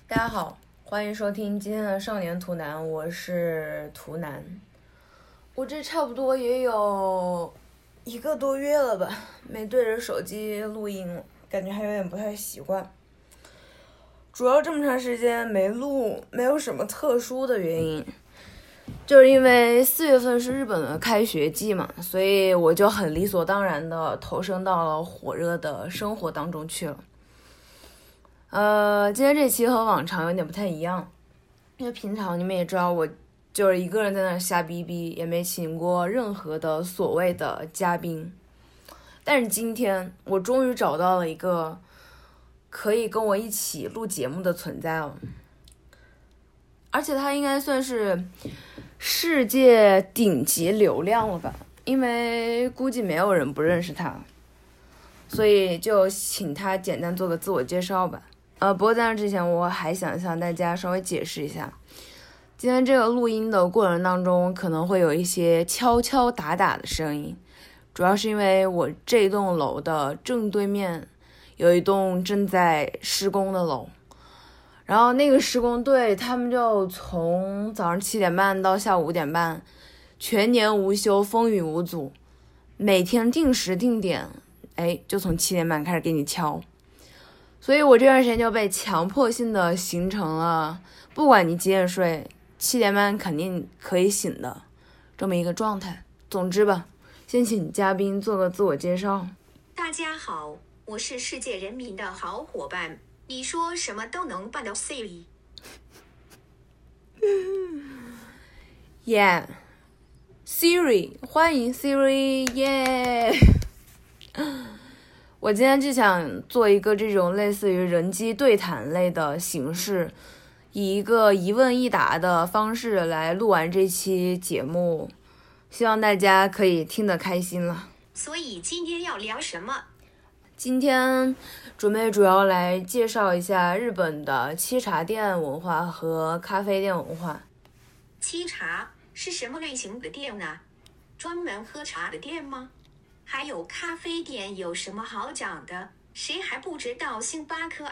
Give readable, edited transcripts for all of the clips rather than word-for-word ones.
大家好，欢迎收听今天的少年图南，我是图南。我这差不多也有1个多月了吧，没对着手机录音了，感觉还有点不太习惯。主要这么长时间没录，没有什么特殊的原因，就是因为4月份是日本的开学季嘛，所以我就很理所当然的投身到了火热的生活当中去了。今天这期和往常有点不太一样，因为平常你们也知道我就是一个人在那瞎逼逼，也没请过任何的所谓的嘉宾。但是今天我终于找到了一个可以跟我一起录节目的存在了，而且他应该算是世界顶级流量了吧，因为估计没有人不认识他，所以就请他简单做个自我介绍吧。不过在那之前我还想向大家稍微解释一下，今天这个录音的过程当中可能会有一些敲敲打打的声音，主要是因为我这栋楼的正对面有一栋正在施工的楼，然后那个施工队他们就从早上7点半到下午5点半全年无休，风雨无阻，每天定时定点，就从7点半开始给你敲。所以我这段时间就被强迫性的形成了不管你几点睡，7点半肯定可以醒的这么一个状态。总之吧，先请嘉宾做个自我介绍。 大家好，我是世界人民的好伙伴，你说什么都能办的 Siri。 Yeah， Siri， 欢迎 Siri， 耶、我今天就想做一个这种类似于人机对谈类的形式，以一个一问一答的方式来录完这期节目，希望大家可以听得开心了。 所以今天要聊什么？ 今天准备主要来介绍一下日本的沏茶店文化和咖啡店文化。 沏茶是什么类型的店呢？专门喝茶的店吗？还有咖啡店有什么好讲的？谁还不知道星巴克？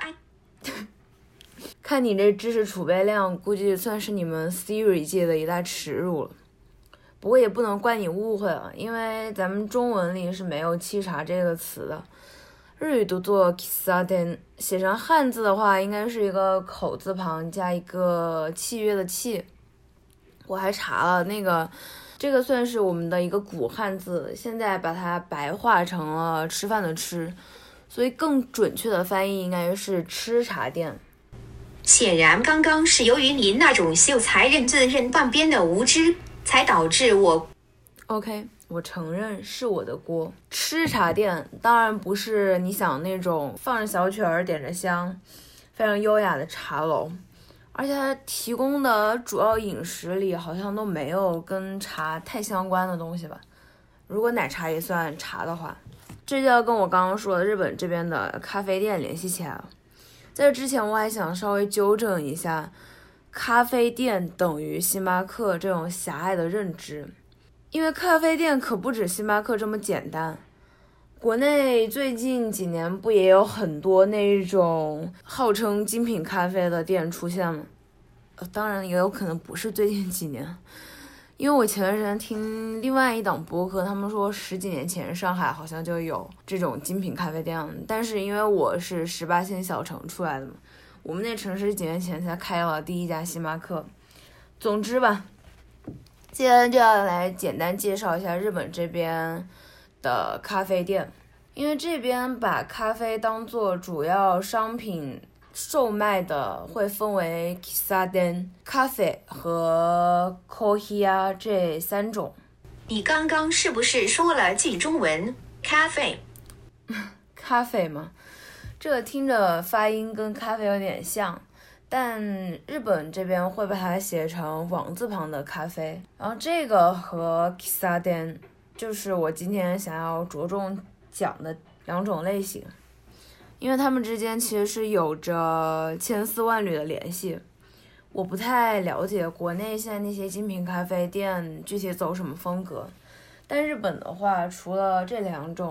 看你这知识储备量，估计算是你们 Siri 界的一大耻辱了。不过也不能怪你误会了，因为咱们中文里是没有沏茶这个词的，日语读作 Kissaten， 写成汉字的话应该是一个口字旁加一个契约的契。我还查了这个算是我们的一个古汉字，现在把它白化成了吃饭的吃，所以更准确的翻译应该是吃茶店。 显然刚刚是由于您那种秀才认字认半边的无知，才导致我 OK， 我承认是我的锅。吃茶店当然不是你想那种放着小曲儿点着香非常优雅的茶楼，而且它提供的主要饮食里好像都没有跟茶太相关的东西吧，如果奶茶也算茶的话。这就要跟我刚刚说的日本这边的咖啡店联系起来了。在这之前我还想稍微纠正一下咖啡店等于星巴克这种狭隘的认知，因为咖啡店可不止星巴克这么简单。国内最近几年不也有很多那种号称精品咖啡的店出现吗？当然也有可能不是最近几年，因为我前段时间听另外一档播客，他们说10几年前上海好像就有这种精品咖啡店，但是因为我是18线小城出来的嘛，我们那城市几年前才开了第一家星巴克。总之吧，接下来就要来简单介绍一下日本这边的咖啡店，因为这边把咖啡当做主要商品售卖的会分为 Kissaten、咖啡和 Kohiya 这3种。 你刚刚是不是说了句中文咖啡？ 咖啡吗？这个听着发音跟咖啡有点像，但日本这边会把它写成王字旁的咖啡。然后这个和 Kissaten 就是我今天想要着重讲的2种类型，因为他们之间其实是有着千丝万缕的联系。我不太了解国内现在那些精品咖啡店具体走什么风格，但日本的话，除了这2种，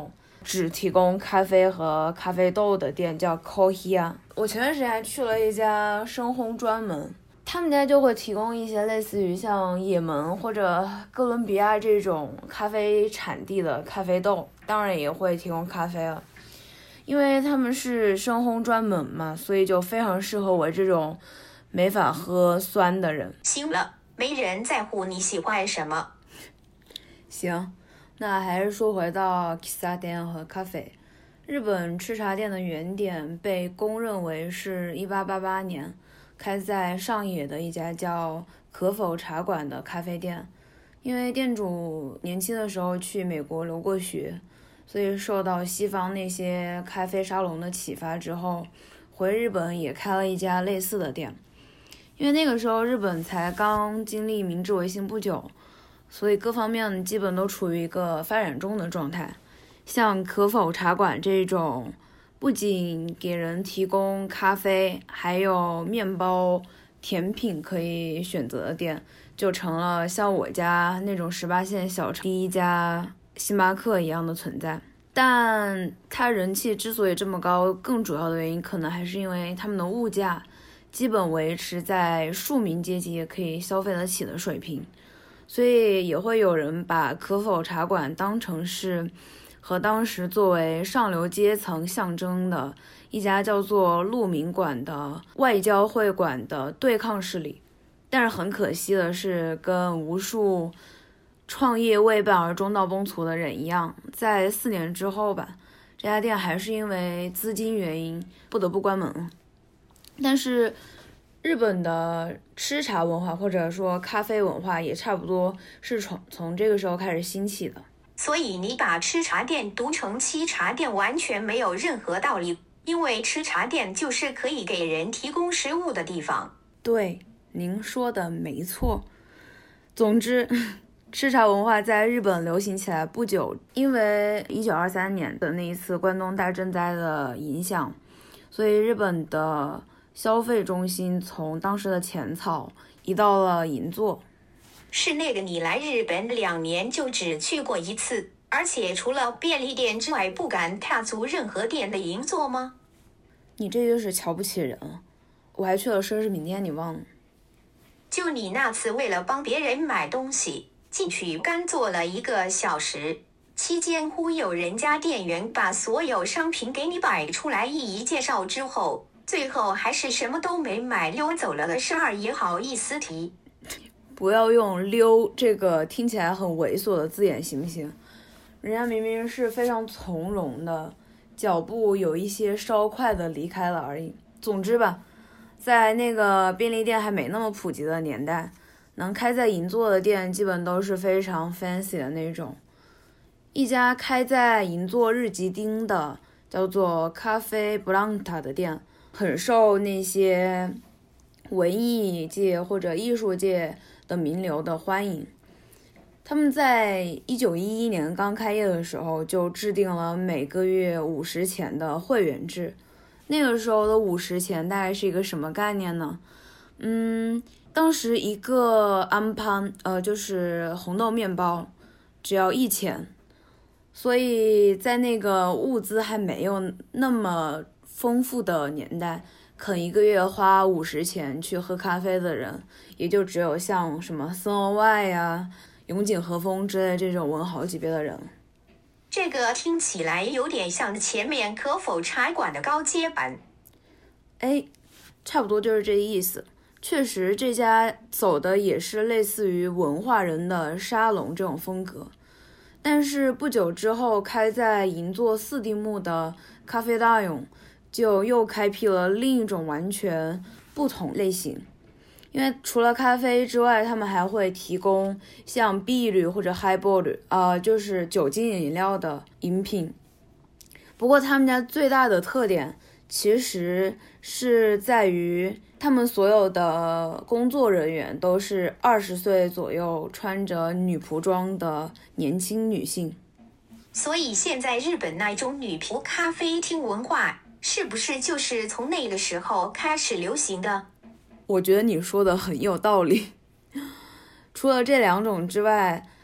只提供咖啡和咖啡豆的店，叫 Kohiya。我前段时间还去了一家深烘专门，他们家就会提供一些类似于像也门或者哥伦比亚这种咖啡产地的咖啡豆，当然也会提供咖啡了。因为他们是深烘专门嘛，所以就非常适合我这种没法喝酸的人。 行了，没人在乎你喜欢什么。 行，那还是说回到喫茶店和咖啡。日本吃茶店的原点被公认为是1888年开在上野的一家叫可否茶馆的咖啡店。因为店主年轻的时候去美国留过学，所以受到西方那些咖啡沙龙的启发之后，回日本也开了一家类似的店。因为那个时候日本才刚经历明治维新不久，所以各方面基本都处于一个发展中的状态。像可否茶馆这种不仅给人提供咖啡，还有面包、甜品可以选择的店，就成了像我家那种18线小城第一家星巴克一样的存在。但它人气之所以这么高，更主要的原因可能还是因为他们的物价基本维持在庶民阶级也可以消费得起的水平，所以也会有人把可否茶馆当成是和当时作为上流阶层象征的一家叫做鹿鸣馆的外交会馆的对抗势力。但是很可惜的是，跟无数创业未半而中道崩殂的人一样，在4年之后吧，这家店还是因为资金原因不得不关门了。但是日本的吃茶文化或者说咖啡文化也差不多是从这个时候开始兴起的。 所以你把吃茶店读成沏茶店完全没有任何道理，因为吃茶店就是可以给人提供食物的地方。 对，您说的没错。总之，吃茶文化在日本流行起来不久，因为1923年的那一次关东大震灾的影响，所以日本的消费中心从当时的浅草移到了银座。 是那个你来日本2年就只去过一次，而且除了便利店之外不敢踏足任何店的银座吗？ 你这就是瞧不起人了。我还去了奢侈品店，你忘了？ 就你那次为了帮别人买东西，进去干坐了1个小时，期间忽悠人家店员把所有商品给你摆出来，一一介绍之后，最后还是什么都没买溜走了的事儿也好意思提？ 不要用溜这个听起来很猥琐的字眼行不行？人家明明是非常从容的，脚步有一些稍快的离开了而已。总之吧，在那个便利店还没那么普及的年代，能开在银座的店基本都是非常 fancy 的那种。一家开在银座日吉町的叫做咖啡布朗塔的店，很受那些文艺界或者艺术界的名流的欢迎。他们在1911年刚开业的时候就制定了每个月50钱的会员制。那个时候的50钱大概是一个什么概念呢？当时一个安pan就是红豆面包只要1钱，所以在那个物资还没有那么丰富的年代，肯一个月花50钱去喝咖啡的人也就只有像什么森欧外呀、永井和风之类这种文豪级别的人。 这个听起来有点像前面可否茶馆的高阶版。 差不多就是这意思。确实这家走的也是类似于文化人的沙龙这种风格。但是不久之后，开在银座4丁目的咖啡大勇就又开辟了另一种完全不同类型。因为除了咖啡之外，他们还会提供像碧绿或者 highball 就是酒精饮料的饮品。不过他们家最大的特点其实是在于他们所有的工作人员都是20岁左右，穿着女仆装的年轻女性。 所以现在日本那种女仆咖啡厅文化是不是就是从那个时候开始流行的？ 我觉得你说的很有道理。除了这2种之外，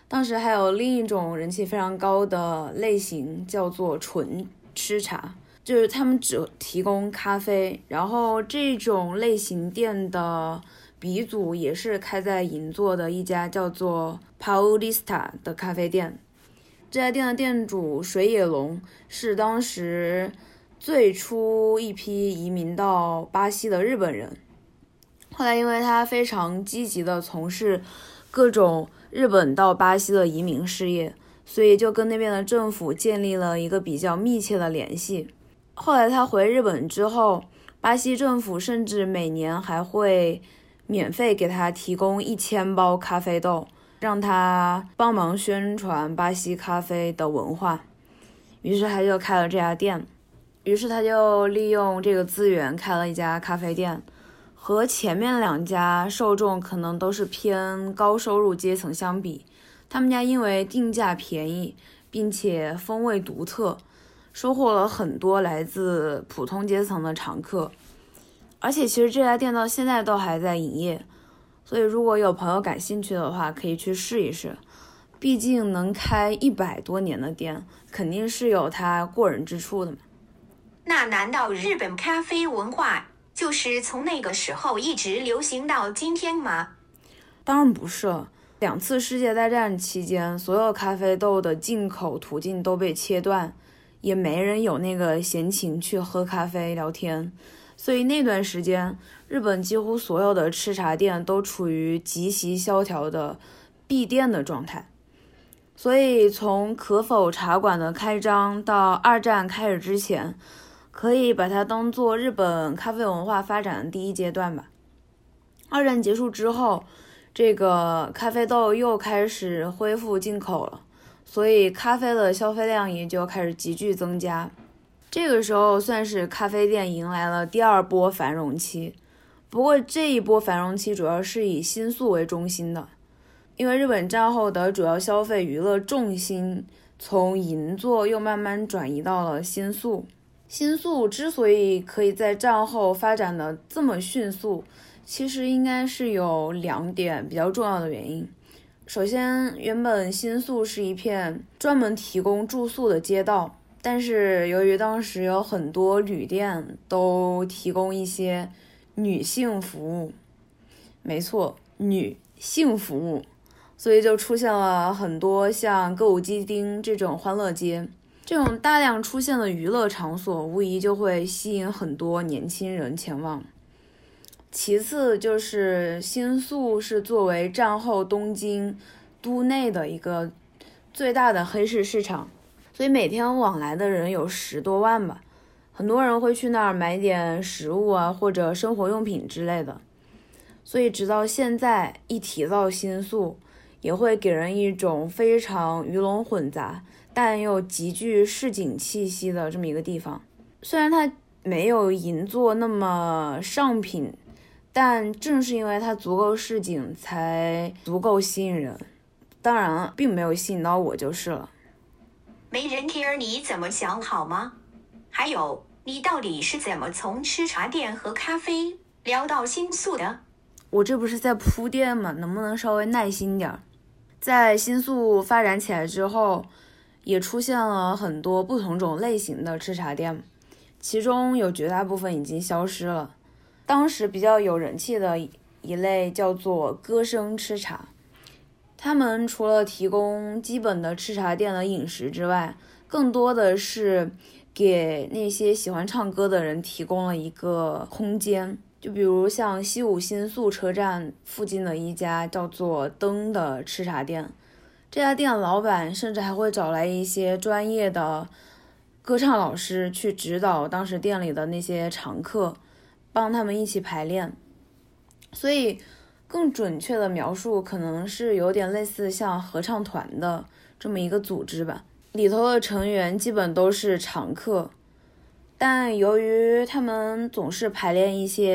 当时还有另一种人气非常高的类型，叫做纯吃茶，就是他们只提供咖啡。然后这种类型店的鼻祖也是开在银座的一家叫做 Paulista 的咖啡店。这家店的店主水野龙是当时最初一批移民到巴西的日本人，后来因为他非常积极地从事各种日本到巴西的移民事业，所以就跟那边的政府建立了一个比较密切的联系。后来他回日本之后，巴西政府甚至每年还会免费给他提供1000包咖啡豆，让他帮忙宣传巴西咖啡的文化。于是他就开了这家店，于是他就利用这个资源开了一家咖啡店。和前面2家受众可能都是偏高收入阶层相比，他们家因为定价便宜并且风味独特，收获了很多来自普通阶层的常客。而且其实这家店到现在都还在营业，所以如果有朋友感兴趣的话，可以去试一试。毕竟能开100多年的店，肯定是有它过人之处的嘛。 那难道日本咖啡文化就是从那个时候一直流行到今天吗？ 当然不是了。2次世界大战期间，所有咖啡豆的进口途径都被切断，也没人有那个闲情去喝咖啡聊天，所以那段时间，日本几乎所有的吃茶店都处于极其萧条的闭店的状态。所以从可否茶馆的开张到2战开始之前，可以把它当做日本咖啡文化发展的第一阶段吧。2战结束之后，这个咖啡豆又开始恢复进口了，所以咖啡的消费量也就开始急剧增加。这个时候算是咖啡店迎来了第2波繁荣期。不过这一波繁荣期主要是以新宿为中心的，因为日本战后的主要消费娱乐重心从银座又慢慢转移到了新宿。新宿之所以可以在战后发展的这么迅速，其实应该是有2点比较重要的原因。首先，原本新宿是一片专门提供住宿的街道，但是由于当时有很多旅店都提供一些女性服务，没错，女性服务，所以就出现了很多像歌舞伎町这种欢乐街。这种大量出现的娱乐场所无疑就会吸引很多年轻人前往。其次就是新宿是作为战后东京都内的一个最大的黑市市场，所以每天往来的人有10多万吧，很多人会去那儿买点食物啊或者生活用品之类的。所以直到现在一提到新宿，也会给人一种非常鱼龙混杂但又极具市井气息的这么一个地方。虽然它没有银座那么上品，但正是因为它足够市井才足够吸引人。当然了，并没有吸引到我就是了。 没人 care 你怎么想好吗？还有，你到底是怎么从吃茶店和咖啡聊到新宿的？ 我这不是在铺垫吗？能不能稍微耐心点？在新宿发展起来之后，也出现了很多不同种类型的吃茶店，其中有绝大部分已经消失了。当时比较有人气的一类叫做歌声吃茶，他们除了提供基本的吃茶店的饮食之外，更多的是给那些喜欢唱歌的人提供了一个空间。就比如像西武新宿车站附近的一家叫做灯的吃茶店，这家店老板甚至还会找来一些专业的歌唱老师去指导当时店里的那些常客，帮他们一起排练。所以更准确的描述可能是有点类似像合唱团的这么一个组织吧，里头的成员基本都是常客，但由于他们当时排练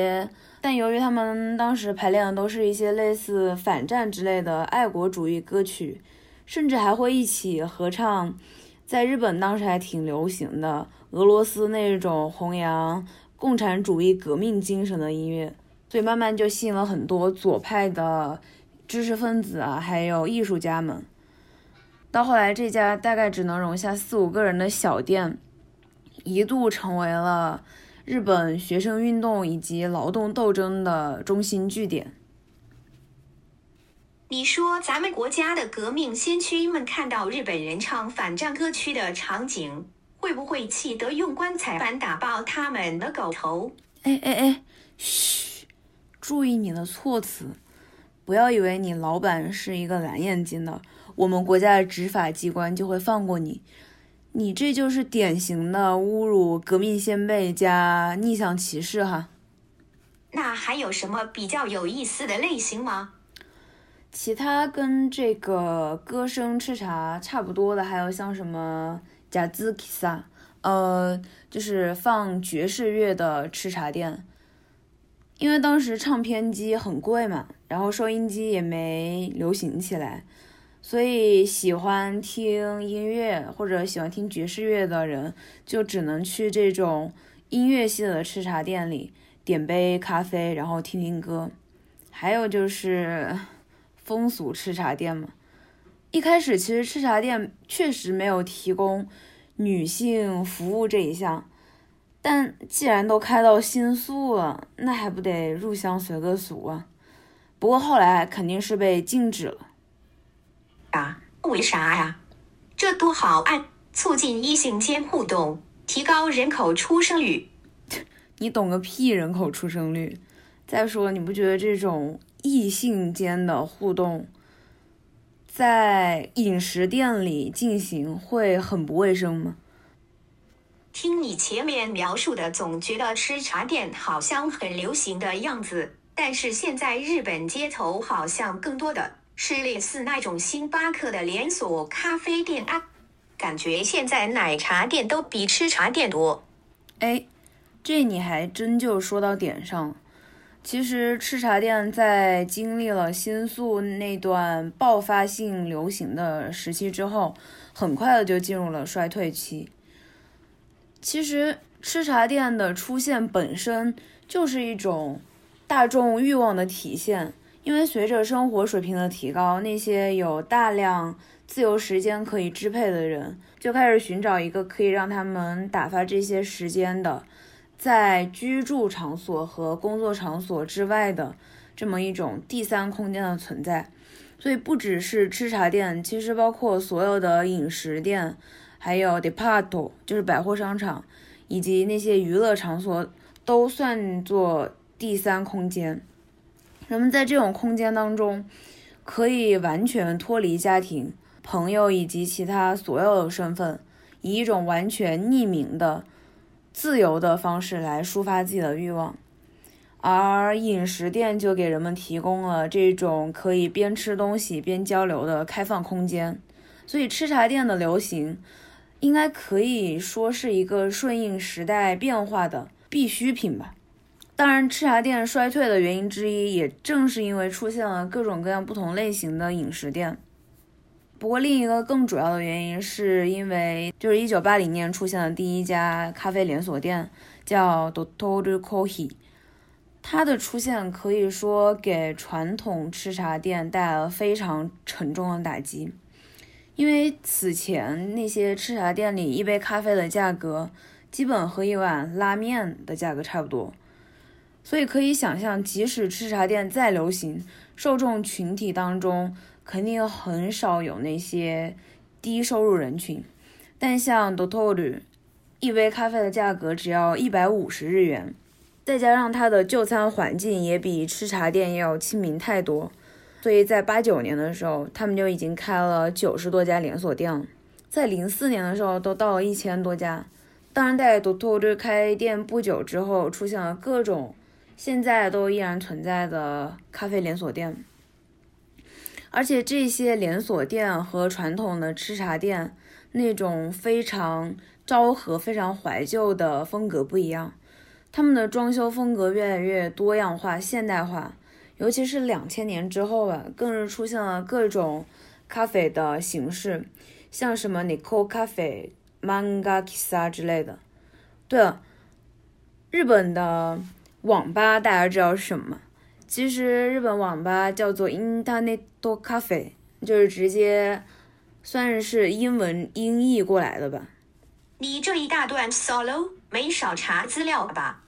的都是一些类似反战之类的爱国主义歌曲，甚至还会一起合唱在日本当时还挺流行的俄罗斯那种弘扬共产主义革命精神的音乐，所以慢慢就吸引了很多左派的知识分子啊，还有艺术家们。 到后来这家大概只能容下4-5个人的小店，一度成为了日本学生运动以及劳动斗争的中心据点。 你说咱们国家的革命先驱们看到日本人唱反战歌曲的场景，会不会气得用棺材板打爆他们的狗头？ 嘘，注意你的措辞，不要以为你老板是一个蓝眼睛的，我们国家的执法机关就会放过你。你这就是典型的侮辱革命先辈加逆向歧视哈。 那还有什么比较有意思的类型吗？ 其他跟这个歌声吃茶差不多的，还有像什么ジャズ喫茶，就是放爵士乐的吃茶店。因为当时唱片机很贵嘛，然后收音机也没流行起来，所以喜欢听音乐或者喜欢听爵士乐的人就只能去这种音乐系的吃茶店里点杯咖啡，然后听听歌。还有就是风俗吃茶店嘛，一开始其实吃茶店确实没有提供女性服务这一项，但既然都开到新宿了，那还不得入乡随个俗啊。不过后来肯定是被禁止了。 为啥呀？这多好啊，促进异性间互动，提高人口出生率。 你懂个屁人口出生率。再说你不觉得这种异性间的互动在饮食店里进行会很不卫生吗？ 听你前面描述的，总觉得吃茶店好像很流行的样子，但是现在日本街头好像更多的是类似那种星巴克的连锁咖啡店啊，感觉现在奶茶店都比吃茶店多。 这你还真就说到点上了。其实吃茶店在经历了新宿那段爆发性流行的时期之后，很快的就进入了衰退期。其实吃茶店的出现本身就是一种大众欲望的体现，因为随着生活水平的提高，那些有大量自由时间可以支配的人就开始寻找一个可以让他们打发这些时间的在居住场所和工作场所之外的这么一种第三空间的存在。所以不只是吃茶店，其实包括所有的饮食店，还有 depart 就是百货商场，以及那些娱乐场所都算作第三空间。人们在这种空间当中可以完全脱离家庭、朋友以及其他所有的身份，以一种完全匿名的自由的方式来抒发自己的欲望。而饮食店就给人们提供了这种可以边吃东西边交流的开放空间。所以吃茶店的流行应该可以说是一个顺应时代变化的必需品吧。当然吃茶店衰退的原因之一也正是因为出现了各种各样不同类型的饮食店。不过另一个更主要的原因是因为就是1980年出现了第一家咖啡连锁店叫 Dottoru Coffee， 它的出现可以说给传统吃茶店带来了非常沉重的打击。因为此前那些吃茶店里一杯咖啡的价格基本和一碗拉面的价格差不多，所以可以想象即使吃茶店再流行，受众群体当中肯定很少有那些低收入人群。但像 Dottoru 一杯咖啡的价格只要150日元，再加上它的就餐环境也比吃茶店要亲民太多，所以在89年的时候他们就已经开了90多家连锁店了，在04年的时候都到了1000多家。当然在 Dottoru 开店不久之后，出现了各种现在都依然存在的咖啡连锁店。而且这些连锁店和传统的吃茶店那种非常昭和非常怀旧的风格不一样，他们的装修风格越来越多样化现代化，尤其是2000年之后吧，更是出现了各种咖啡的形式，像什么 Nico 咖啡、Manga Kissa 之类的。对了，日本的网吧大家知道是什么吗？其实日本网吧叫做 Internet Cafe， 就是直接算是英文音译过来的吧。 你这一大段 solo 没少查资料吧？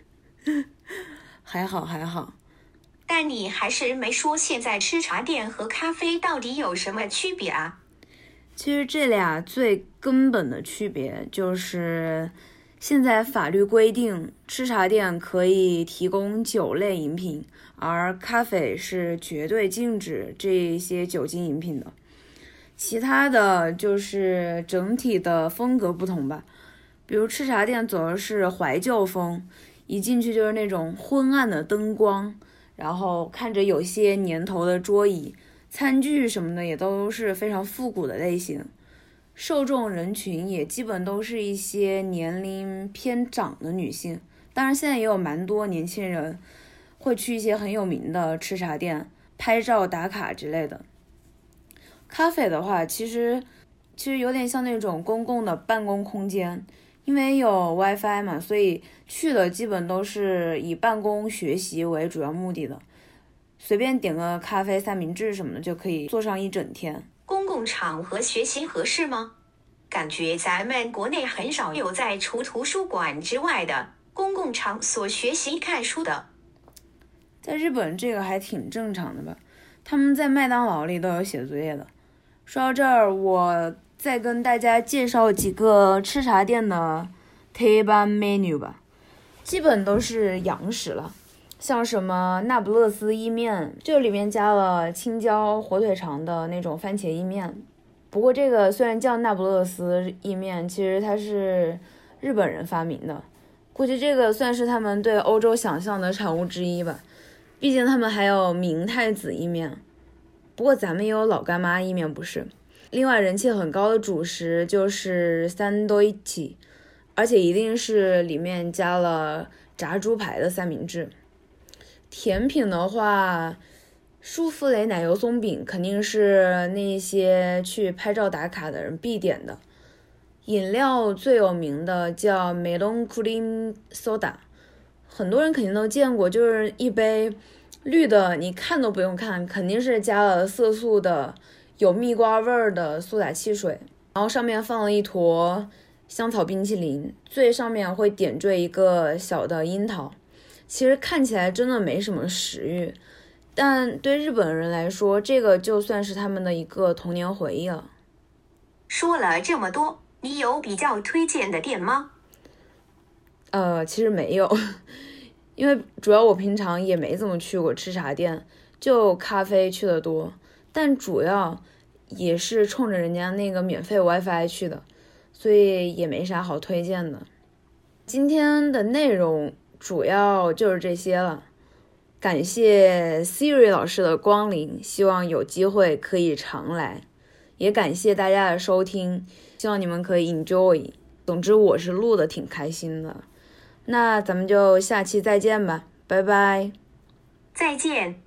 还好。 但你还是没说现在吃茶店和咖啡到底有什么区别啊？ 其实这俩最根本的区别就是现在法律规定吃茶店可以提供酒类饮品，而咖啡是绝对禁止这些酒精饮品的。其他的就是整体的风格不同吧，比如吃茶店走的是怀旧风，一进去就是那种昏暗的灯光，然后看着有些年头的桌椅，餐具什么的也都是非常复古的类型，受众人群也基本都是一些年龄偏长的女性，当然现在也有蛮多年轻人会去一些很有名的吃茶店拍照打卡之类的。咖啡的话其实有点像那种公共的办公空间，因为有 WiFi 嘛，所以去的基本都是以办公学习为主要目的的，随便点个咖啡三明治什么的就可以坐上一整天。 公共场合学习合适吗？感觉咱们国内很少有在除图书馆之外的公共场所学习看书的。 在日本这个还挺正常的吧，他们在麦当劳里都有写作业的。说到这儿，我再跟大家介绍几个吃茶店的定番 menu 吧，基本都是洋食了，像什么那不勒斯意面，这里面加了青椒火腿肠的那种番茄意面。不过这个虽然叫那不勒斯意面，其实它是日本人发明的，估计这个算是他们对欧洲想象的产物之一吧，毕竟他们还有明太子意面，不过咱们也有老干妈意面不是。另外人气很高的主食就是三多一起，而且一定是里面加了炸猪排的三明治。甜品的话，舒芙蕾奶油松饼肯定是那些去拍照打卡的人必点的。饮料最有名的叫 Melon Cream Soda， 很多人肯定都见过，就是一杯绿的，你看都不用看，肯定是加了色素的有蜜瓜味儿的苏打汽水，然后上面放了一坨香草冰淇淋，最上面会点缀一个小的樱桃。其实看起来真的没什么食欲，但对日本人来说，这个就算是他们的一个童年回忆了。 说了这么多，你有比较推荐的店吗？ 其实没有，因为主要我平常也没怎么去过吃茶店，就咖啡去的多，但主要也是冲着人家那个免费 WiFi 去的，所以也没啥好推荐的。今天的内容主要就是这些了，感谢 Siri 老师的光临，希望有机会可以常来，也感谢大家的收听，希望你们可以 enjoy。总之我是录的挺开心的，那咱们就下期再见吧，拜拜。 再见。